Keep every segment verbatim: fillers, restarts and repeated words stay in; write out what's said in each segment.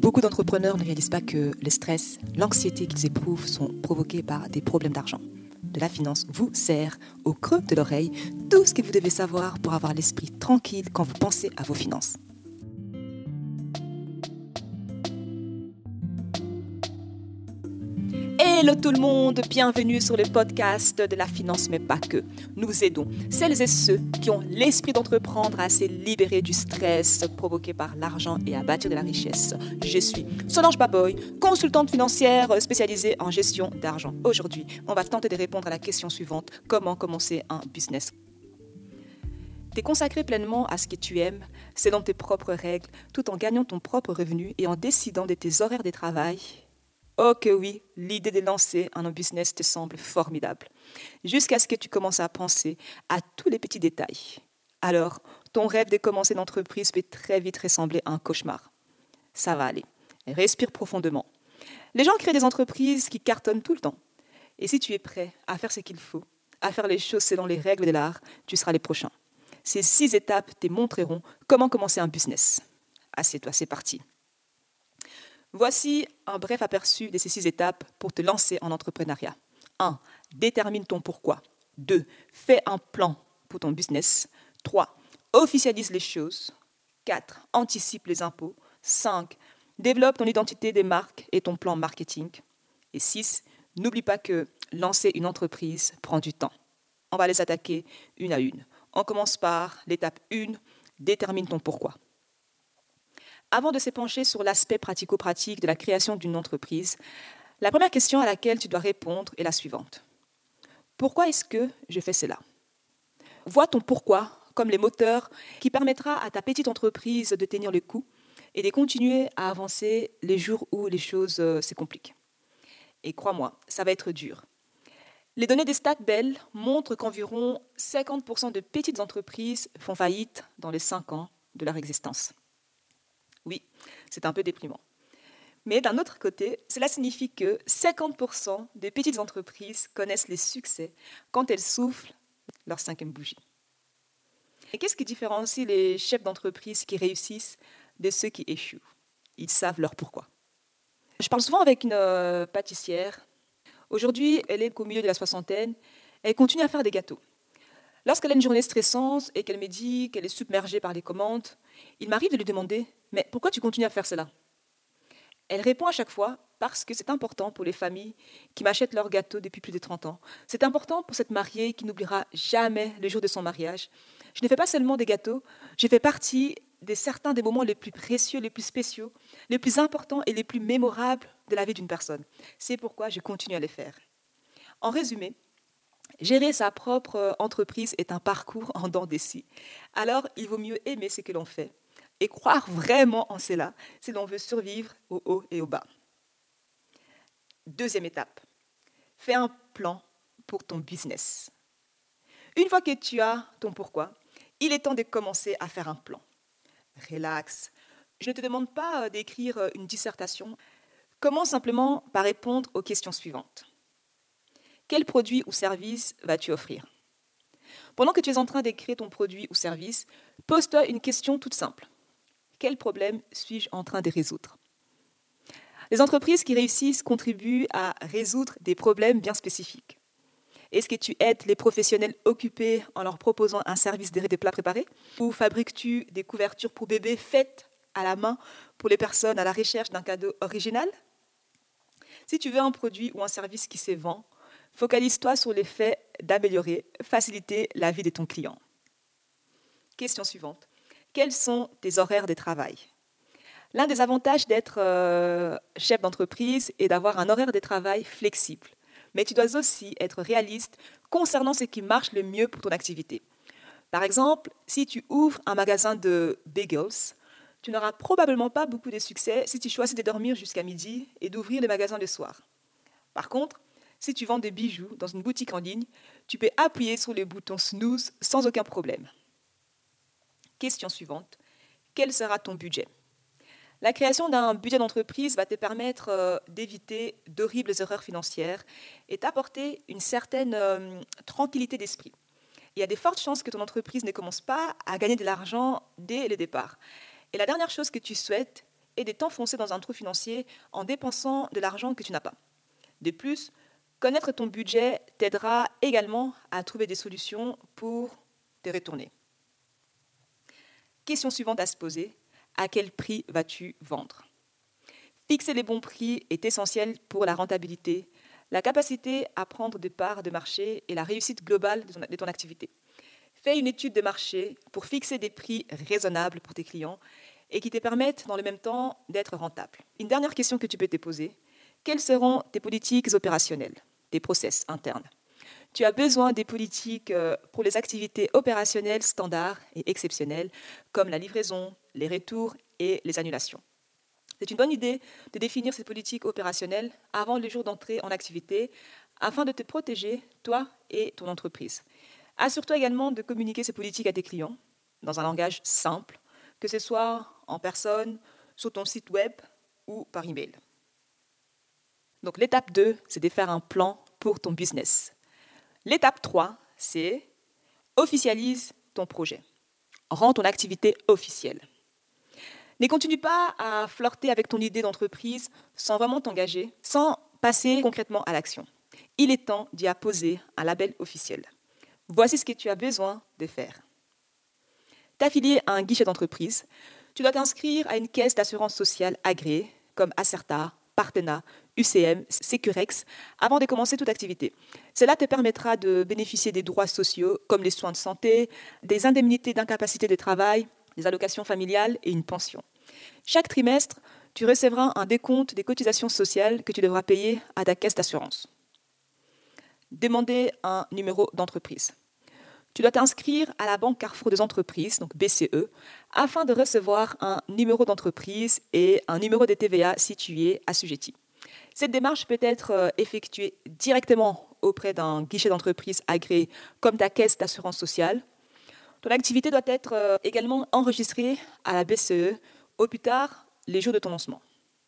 Beaucoup d'entrepreneurs ne réalisent pas que le stress, l'anxiété qu'ils éprouvent sont provoqués par des problèmes d'argent. De la finance vous sert au creux de l'oreille tout ce que vous devez savoir pour avoir l'esprit tranquille quand vous pensez à vos finances. Hello tout le monde, bienvenue sur le podcast de la finance mais pas que. Nous aidons celles et ceux qui ont l'esprit d'entreprendre à se libérer du stress provoqué par l'argent et à bâtir de la richesse. Je suis Solange Baboy, consultante financière spécialisée en gestion d'argent. Aujourd'hui, on va tenter de répondre à la question suivante, comment commencer un business ? T'es consacré pleinement à ce que tu aimes, selon tes propres règles, tout en gagnant ton propre revenu et en décidant de tes horaires de travail. Oh que oui, l'idée de lancer un business te semble formidable, jusqu'à ce que tu commences à penser à tous les petits détails. Alors, ton rêve de commencer une entreprise peut très vite ressembler à un cauchemar. Ça va aller, respire profondément. Les gens créent des entreprises qui cartonnent tout le temps. Et si tu es prêt à faire ce qu'il faut, à faire les choses selon les règles de l'art, tu seras les prochains. Ces six étapes te montreront comment commencer un business. Assieds-toi, c'est parti. Voici un bref aperçu de ces six étapes pour te lancer en entrepreneuriat. un. Détermine ton pourquoi. deux. Fais un plan pour ton business. trois. Officialise les choses. quatre. Anticipe les impôts. cinq. Développe ton identité des marques et ton plan marketing. Et six. N'oublie pas que lancer une entreprise prend du temps. On va les attaquer une à une. On commence par l'étape un. Détermine ton pourquoi. Avant de se pencher sur l'aspect pratico-pratique de la création d'une entreprise, la première question à laquelle tu dois répondre est la suivante. Pourquoi est-ce que je fais cela ? Vois ton pourquoi comme les moteurs qui permettra à ta petite entreprise de tenir le coup et de continuer à avancer les jours où les choses euh, se compliquent. Et crois-moi, ça va être dur. Les données des Stats Bell montrent qu'environ cinquante pour cent de petites entreprises font faillite dans les cinq ans de leur existence. Oui, c'est un peu déprimant. Mais d'un autre côté, cela signifie que cinquante pour cent des petites entreprises connaissent les succès quand elles soufflent leur cinquième bougie. Et qu'est-ce qui différencie les chefs d'entreprise qui réussissent de ceux qui échouent ? Ils savent leur pourquoi. Je parle souvent avec une euh, pâtissière. Aujourd'hui, elle est au milieu de la soixantaine. Elle continue à faire des gâteaux. Lorsqu'elle a une journée stressante et qu'elle me dit qu'elle est submergée par les commandes, il m'arrive de lui demander « Mais pourquoi tu continues à faire cela ?» Elle répond à chaque fois « Parce que c'est important pour les familles qui m'achètent leurs gâteaux depuis plus de trente ans. C'est important pour cette mariée qui n'oubliera jamais le jour de son mariage. Je ne fais pas seulement des gâteaux, je fais partie de certains des moments les plus précieux, les plus spéciaux, les plus importants et les plus mémorables de la vie d'une personne. C'est pourquoi je continue à les faire. » En résumé, gérer sa propre entreprise est un parcours en dents de scie. Alors, il vaut mieux aimer ce que l'on fait et croire vraiment en cela si l'on veut survivre au haut et au bas. Deuxième étape, fais un plan pour ton business. Une fois que tu as ton pourquoi, il est temps de commencer à faire un plan. Relax. Je ne te demande pas d'écrire une dissertation. Commence simplement par répondre aux questions suivantes. Quel produit ou service vas-tu offrir ? Pendant que tu es en train d'écrire ton produit ou service, pose-toi une question toute simple. Quel problème suis-je en train de résoudre ? Les entreprises qui réussissent contribuent à résoudre des problèmes bien spécifiques. Est-ce que tu aides les professionnels occupés en leur proposant un service de plats préparés ? Ou fabriques-tu des couvertures pour bébés faites à la main pour les personnes à la recherche d'un cadeau original ? Si tu veux un produit ou un service qui se vend, focalise-toi sur l'effet d'améliorer, faciliter la vie de ton client. Question suivante. Quels sont tes horaires de travail ? L'un des avantages d'être euh, chef d'entreprise est d'avoir un horaire de travail flexible. Mais tu dois aussi être réaliste concernant ce qui marche le mieux pour ton activité. Par exemple, si tu ouvres un magasin de bagels, tu n'auras probablement pas beaucoup de succès si tu choisis de dormir jusqu'à midi et d'ouvrir le magasin le soir. Par contre, si tu vends des bijoux dans une boutique en ligne, tu peux appuyer sur le bouton snooze sans aucun problème. Question suivante. Quel sera ton budget ? La création d'un budget d'entreprise va te permettre euh, d'éviter d'horribles erreurs financières et t'apporter une certaine euh, tranquillité d'esprit. Il y a de fortes chances que ton entreprise ne commence pas à gagner de l'argent dès le départ. Et la dernière chose que tu souhaites et de t'enfoncer dans un trou financier en dépensant de l'argent que tu n'as pas. De plus, connaître ton budget t'aidera également à trouver des solutions pour te retourner. Question suivante à se poser, à quel prix vas-tu vendre ? Fixer les bons prix est essentiel pour la rentabilité, la capacité à prendre des parts de marché et la réussite globale de ton, de ton activité. Fais une étude de marché pour fixer des prix raisonnables pour tes clients et qui te permettent dans le même temps d'être rentable. Une dernière question que tu peux te poser, quelles seront tes politiques opérationnelles, tes process internes ? Tu as besoin des politiques pour les activités opérationnelles standards et exceptionnelles comme la livraison, les retours et les annulations. C'est une bonne idée de définir ces politiques opérationnelles avant le jour d'entrée en activité afin de te protéger, toi et ton entreprise. Assure-toi également de communiquer ces politiques à tes clients dans un langage simple, que ce soit en personne, sur ton site web ou par email. Donc l'étape deux, c'est de faire un plan pour ton business. L'étape trois, c'est officialise ton projet. Rends ton activité officielle. Ne continue pas à flirter avec ton idée d'entreprise sans vraiment t'engager, sans passer concrètement à l'action. Il est temps d'y apposer un label officiel. Voici ce que tu as besoin de faire. T'affilier à un guichet d'entreprise, tu dois t'inscrire à une caisse d'assurance sociale agréée comme Acerta, Partena, U C M, Securex, avant de commencer toute activité. Cela te permettra de bénéficier des droits sociaux comme les soins de santé, des indemnités d'incapacité de travail, des allocations familiales et une pension. Chaque trimestre, tu recevras un décompte des cotisations sociales que tu devras payer à ta caisse d'assurance. Demander un numéro d'entreprise. Tu dois t'inscrire à la Banque Carrefour des entreprises, donc B C E, afin de recevoir un numéro d'entreprise et un numéro de T V A si tu y es assujetti. Cette démarche peut être effectuée directement auprès d'un guichet d'entreprise agréé comme ta caisse d'assurance sociale. Ton activité doit être également enregistrée à la B C E au plus tard les jours de ton lancement.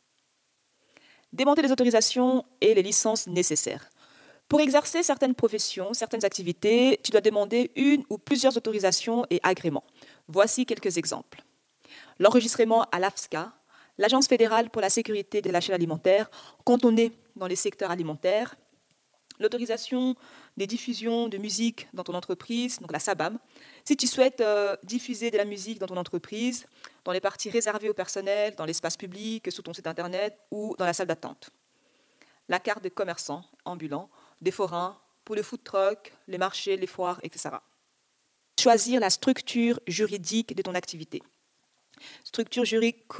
Demander les autorisations et les licences nécessaires. Pour exercer certaines professions, certaines activités, tu dois demander une ou plusieurs autorisations et agréments. Voici quelques exemples. L'enregistrement à l'A F S C A, l'Agence fédérale pour la sécurité de la chaîne alimentaire, quand on est dans les secteurs alimentaires. L'autorisation des diffusions de musique dans ton entreprise, donc la S A B A M. Si tu souhaites euh, diffuser de la musique dans ton entreprise, dans les parties réservées au personnel, dans l'espace public, sur ton site internet ou dans la salle d'attente. La carte de commerçant ambulant, des forains, pour le food truck, les marchés, les foires, et cetera. Choisir la structure juridique de ton activité. Structure juridique, quoi ?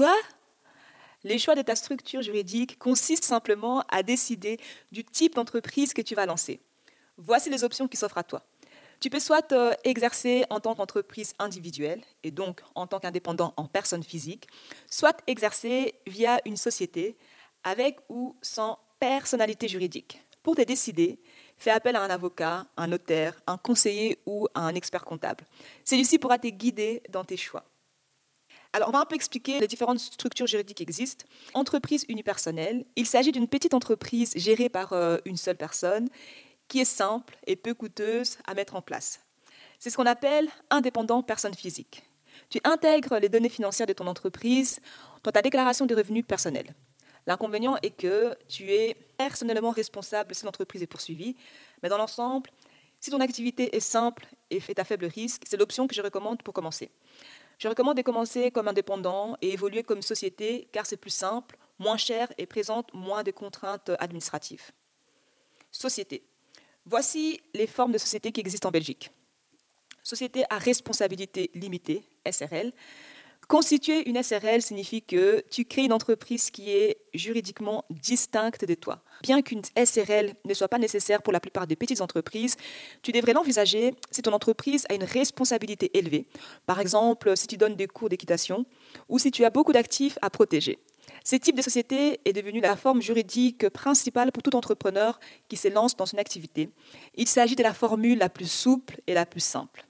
Les choix de ta structure juridique consistent simplement à décider du type d'entreprise que tu vas lancer. Voici les options qui s'offrent à toi. Tu peux soit euh, exercer en tant qu'entreprise individuelle, et donc en tant qu'indépendant en personne physique, soit exercer via une société avec ou sans personnalité juridique. Pour te décider, fais appel à un avocat, un notaire, un conseiller ou à un expert comptable. Celui-ci pourra te guider dans tes choix. Alors, on va un peu expliquer les différentes structures juridiques qui existent. Entreprise unipersonnelle, il s'agit d'une petite entreprise gérée par euh, une seule personne qui est simple et peu coûteuse à mettre en place. C'est ce qu'on appelle indépendant personne physique. Tu intègres les données financières de ton entreprise dans ta déclaration de revenus personnels. L'inconvénient est que tu es personnellement responsable si l'entreprise est poursuivie, mais dans l'ensemble, si ton activité est simple et fait à faible risque, c'est l'option que je recommande pour commencer. Je recommande de commencer comme indépendant et évoluer comme société car c'est plus simple, moins cher et présente moins de contraintes administratives. Société. Voici les formes de sociétés qui existent en Belgique. Société à responsabilité limitée, S R L. Constituer une S R L signifie que tu crées une entreprise qui est juridiquement distincte de toi. Bien qu'une S R L ne soit pas nécessaire pour la plupart des petites entreprises, tu devrais l'envisager si ton entreprise a une responsabilité élevée. Par exemple, si tu donnes des cours d'équitation ou si tu as beaucoup d'actifs à protéger. Ce type de société est devenu la forme juridique principale pour tout entrepreneur qui se lance dans une activité. Il s'agit de la formule la plus souple et la plus simple.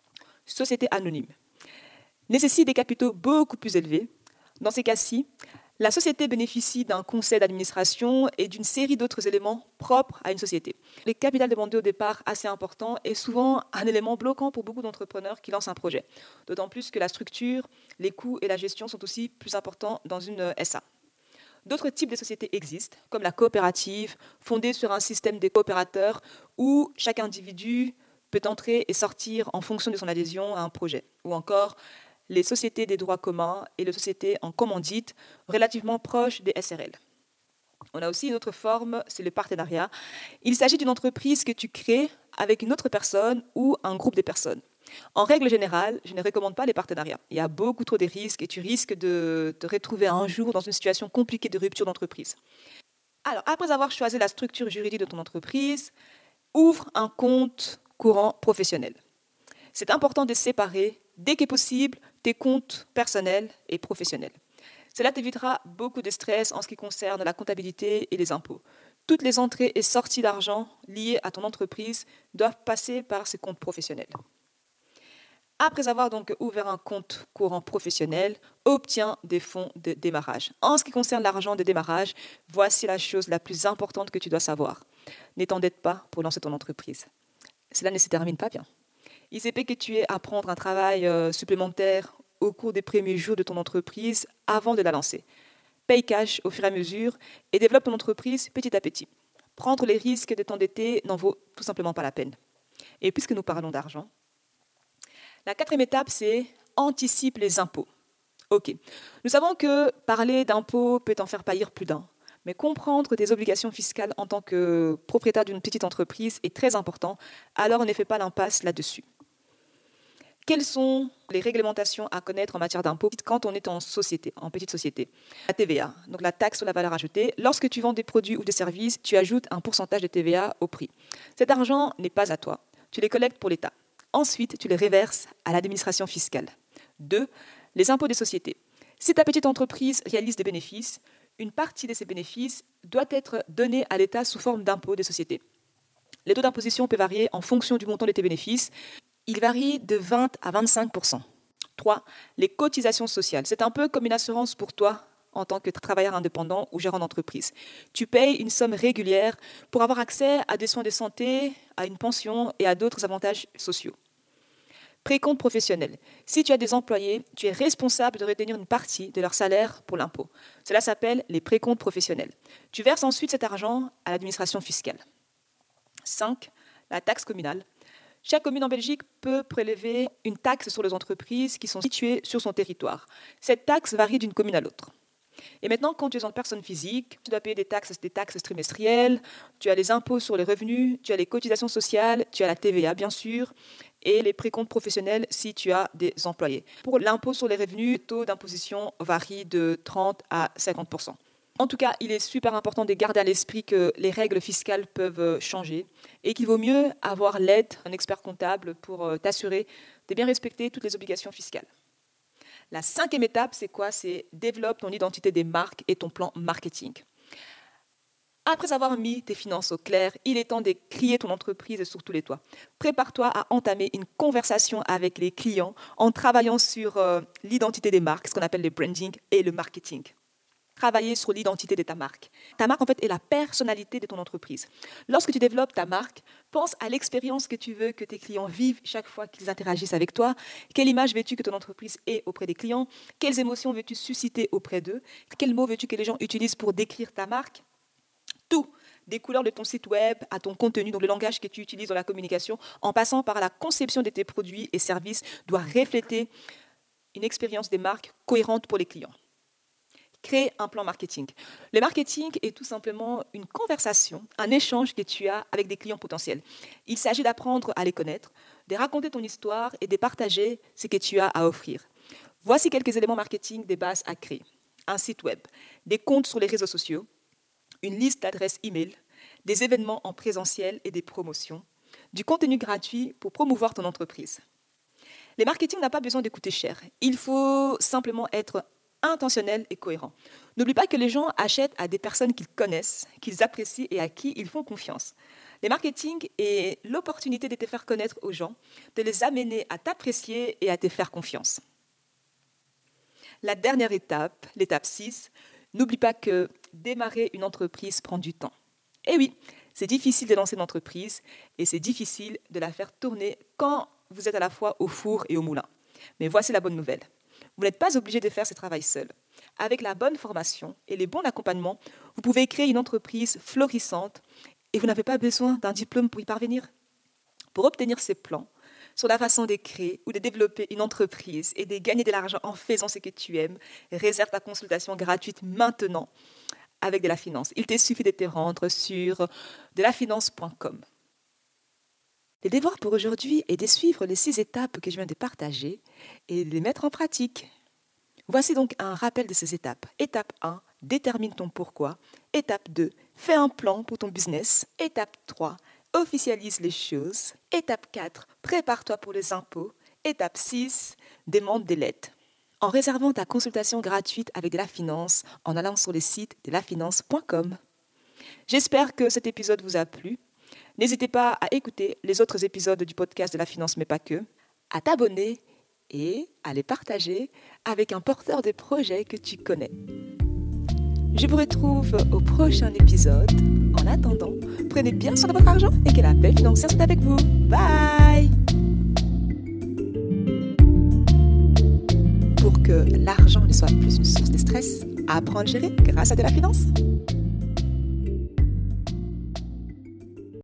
Société anonyme. Nécessite des capitaux beaucoup plus élevés. Dans ces cas-ci, La société bénéficie d'un conseil d'administration et d'une série d'autres éléments propres à une société. Le capital demandé au départ, assez important, est souvent un élément bloquant pour beaucoup d'entrepreneurs qui lancent un projet. D'autant plus que la structure, les coûts et la gestion sont aussi plus importants dans une S A. D'autres types de sociétés existent, comme la coopérative, fondée sur un système des coopérateurs où chaque individu peut entrer et sortir en fonction de son adhésion à un projet. Ou encore les sociétés des droits communs et les sociétés en commandite, relativement proches des S R L. On a aussi une autre forme, c'est le partenariat. Il s'agit d'une entreprise que tu crées avec une autre personne ou un groupe de personnes. En règle générale, je ne recommande pas les partenariats. Il y a beaucoup trop de risques et tu risques de te retrouver un jour dans une situation compliquée de rupture d'entreprise. Alors, après avoir choisi la structure juridique de ton entreprise, ouvre un compte courant professionnel. C'est important de séparer, dès que possible, tes comptes personnels et professionnels. Cela t'évitera beaucoup de stress en ce qui concerne la comptabilité et les impôts. Toutes les entrées et sorties d'argent liées à ton entreprise doivent passer par ces comptes professionnels. Après avoir donc ouvert un compte courant professionnel, obtiens des fonds de démarrage. En ce qui concerne l'argent de démarrage, voici la chose la plus importante que tu dois savoir. Ne t'endette pas pour lancer ton entreprise. Cela ne se termine pas bien. Il se peut que tu aies à prendre un travail euh, supplémentaire au cours des premiers jours de ton entreprise avant de la lancer. Paye cash au fur et à mesure et développe ton entreprise petit à petit. Prendre les risques de t'endetter n'en vaut tout simplement pas la peine. Et puisque nous parlons d'argent, la quatrième étape, c'est anticipe les impôts. Ok, nous savons que parler d'impôts peut en faire pâlir plus d'un. Mais comprendre tes obligations fiscales en tant que propriétaire d'une petite entreprise est très important, alors on ne fait pas l'impasse là-dessus. Quelles sont les réglementations à connaître en matière d'impôts quand on est en société, en petite société? La T V A, donc la taxe sur la valeur ajoutée. Lorsque tu vends des produits ou des services, tu ajoutes un pourcentage de T V A au prix. Cet argent n'est pas à toi. Tu les collectes pour l'État. Ensuite, tu les reverses à l'administration fiscale. Deux, les impôts des sociétés. Si ta petite entreprise réalise des bénéfices, une partie de ces bénéfices doit être donnée à l'État sous forme d'impôts des sociétés. Les taux d'imposition peuvent varier en fonction du montant de tes bénéfices. Ils varient de vingt à vingt-cinq pour cent. Trois, les cotisations sociales. C'est un peu comme une assurance pour toi en tant que travailleur indépendant ou gérant d'entreprise. Tu payes une somme régulière pour avoir accès à des soins de santé, à une pension et à d'autres avantages sociaux. Précompte professionnel. Si tu as des employés, tu es responsable de retenir une partie de leur salaire pour l'impôt. Cela s'appelle les précomptes professionnels. Tu verses ensuite cet argent à l'administration fiscale. Cinq, la taxe communale. Chaque commune en Belgique peut prélever une taxe sur les entreprises qui sont situées sur son territoire. Cette taxe varie d'une commune à l'autre. Et maintenant, quand tu es en personne physique, tu dois payer des taxes, des taxes trimestrielles, tu as les impôts sur les revenus, tu as les cotisations sociales, tu as la T V A bien sûr, et les précomptes professionnels si tu as des employés. Pour l'impôt sur les revenus, le taux d'imposition varie de trente à cinquante pour cent. En tout cas, il est super important de garder à l'esprit que les règles fiscales peuvent changer et qu'il vaut mieux avoir l'aide d'un expert comptable pour t'assurer de bien respecter toutes les obligations fiscales. La cinquième étape, c'est quoi? C'est développe ton identité des marques et ton plan marketing. Après avoir mis tes finances au clair, il est temps de crier ton entreprise sur tous les toits. Prépare-toi à entamer une conversation avec les clients en travaillant sur euh, l'identité des marques, ce qu'on appelle le branding et le marketing. Travailler sur l'identité de ta marque. Ta marque, en fait, est la personnalité de ton entreprise. Lorsque tu développes ta marque, pense à l'expérience que tu veux que tes clients vivent chaque fois qu'ils interagissent avec toi. Quelle image veux-tu que ton entreprise ait auprès des clients? Quelles émotions veux-tu susciter auprès d'eux? Quels mots veux-tu que les gens utilisent pour décrire ta marque? Tout, des couleurs de ton site web à ton contenu, donc le langage que tu utilises dans la communication, en passant par la conception de tes produits et services, doit refléter une expérience des marques cohérente pour les clients. Crée un plan marketing. Le marketing est tout simplement une conversation, un échange que tu as avec des clients potentiels. Il s'agit d'apprendre à les connaître, de raconter ton histoire et de partager ce que tu as à offrir. Voici quelques éléments marketing des bases à créer. Un site web, des comptes sur les réseaux sociaux, une liste d'adresses e-mail, des événements en présentiel et des promotions, du contenu gratuit pour promouvoir ton entreprise. Le marketing n'a pas besoin de coûter cher. Il faut simplement être intentionnel et cohérent. N'oublie pas que les gens achètent à des personnes qu'ils connaissent, qu'ils apprécient et à qui ils font confiance. Le marketing est l'opportunité de te faire connaître aux gens, de les amener à t'apprécier et à te faire confiance. La dernière étape, l'étape six, N'oublie pas que démarrer une entreprise prend du temps. Et oui, c'est difficile de lancer une entreprise et c'est difficile de la faire tourner quand vous êtes à la fois au four et au moulin. Mais voici la bonne nouvelle. Vous n'êtes pas obligé de faire ce travail seul. Avec la bonne formation et les bons accompagnements, vous pouvez créer une entreprise florissante et vous n'avez pas besoin d'un diplôme pour y parvenir. Pour obtenir ces plans sur la façon de créer ou de développer une entreprise et de gagner de l'argent en faisant ce que tu aimes, réserve ta consultation gratuite maintenant avec De La Finance. Il te suffit de te rendre sur de la finance point com. Le devoir pour aujourd'hui est de suivre les six étapes que je viens de partager et de les mettre en pratique. Voici donc un rappel de ces étapes. Étape un, détermine ton pourquoi. Étape deux, fais un plan pour ton business. Étape trois, officialise les choses. Étape quatre, prépare-toi pour les impôts. Étape six, demande de l'aide. En réservant ta consultation gratuite avec De La Finance en allant sur le site de la finance point com. J'espère que cet épisode vous a plu. N'hésitez pas à écouter les autres épisodes du podcast De La Finance, mais pas que, à t'abonner et à les partager avec un porteur de projet que tu connais. Je vous retrouve au prochain épisode. En attendant, prenez bien soin de votre argent et que la paix financière soit avec vous. Bye! Pour que l'argent ne soit plus une source de stress, apprends à le gérer grâce à De La Finance.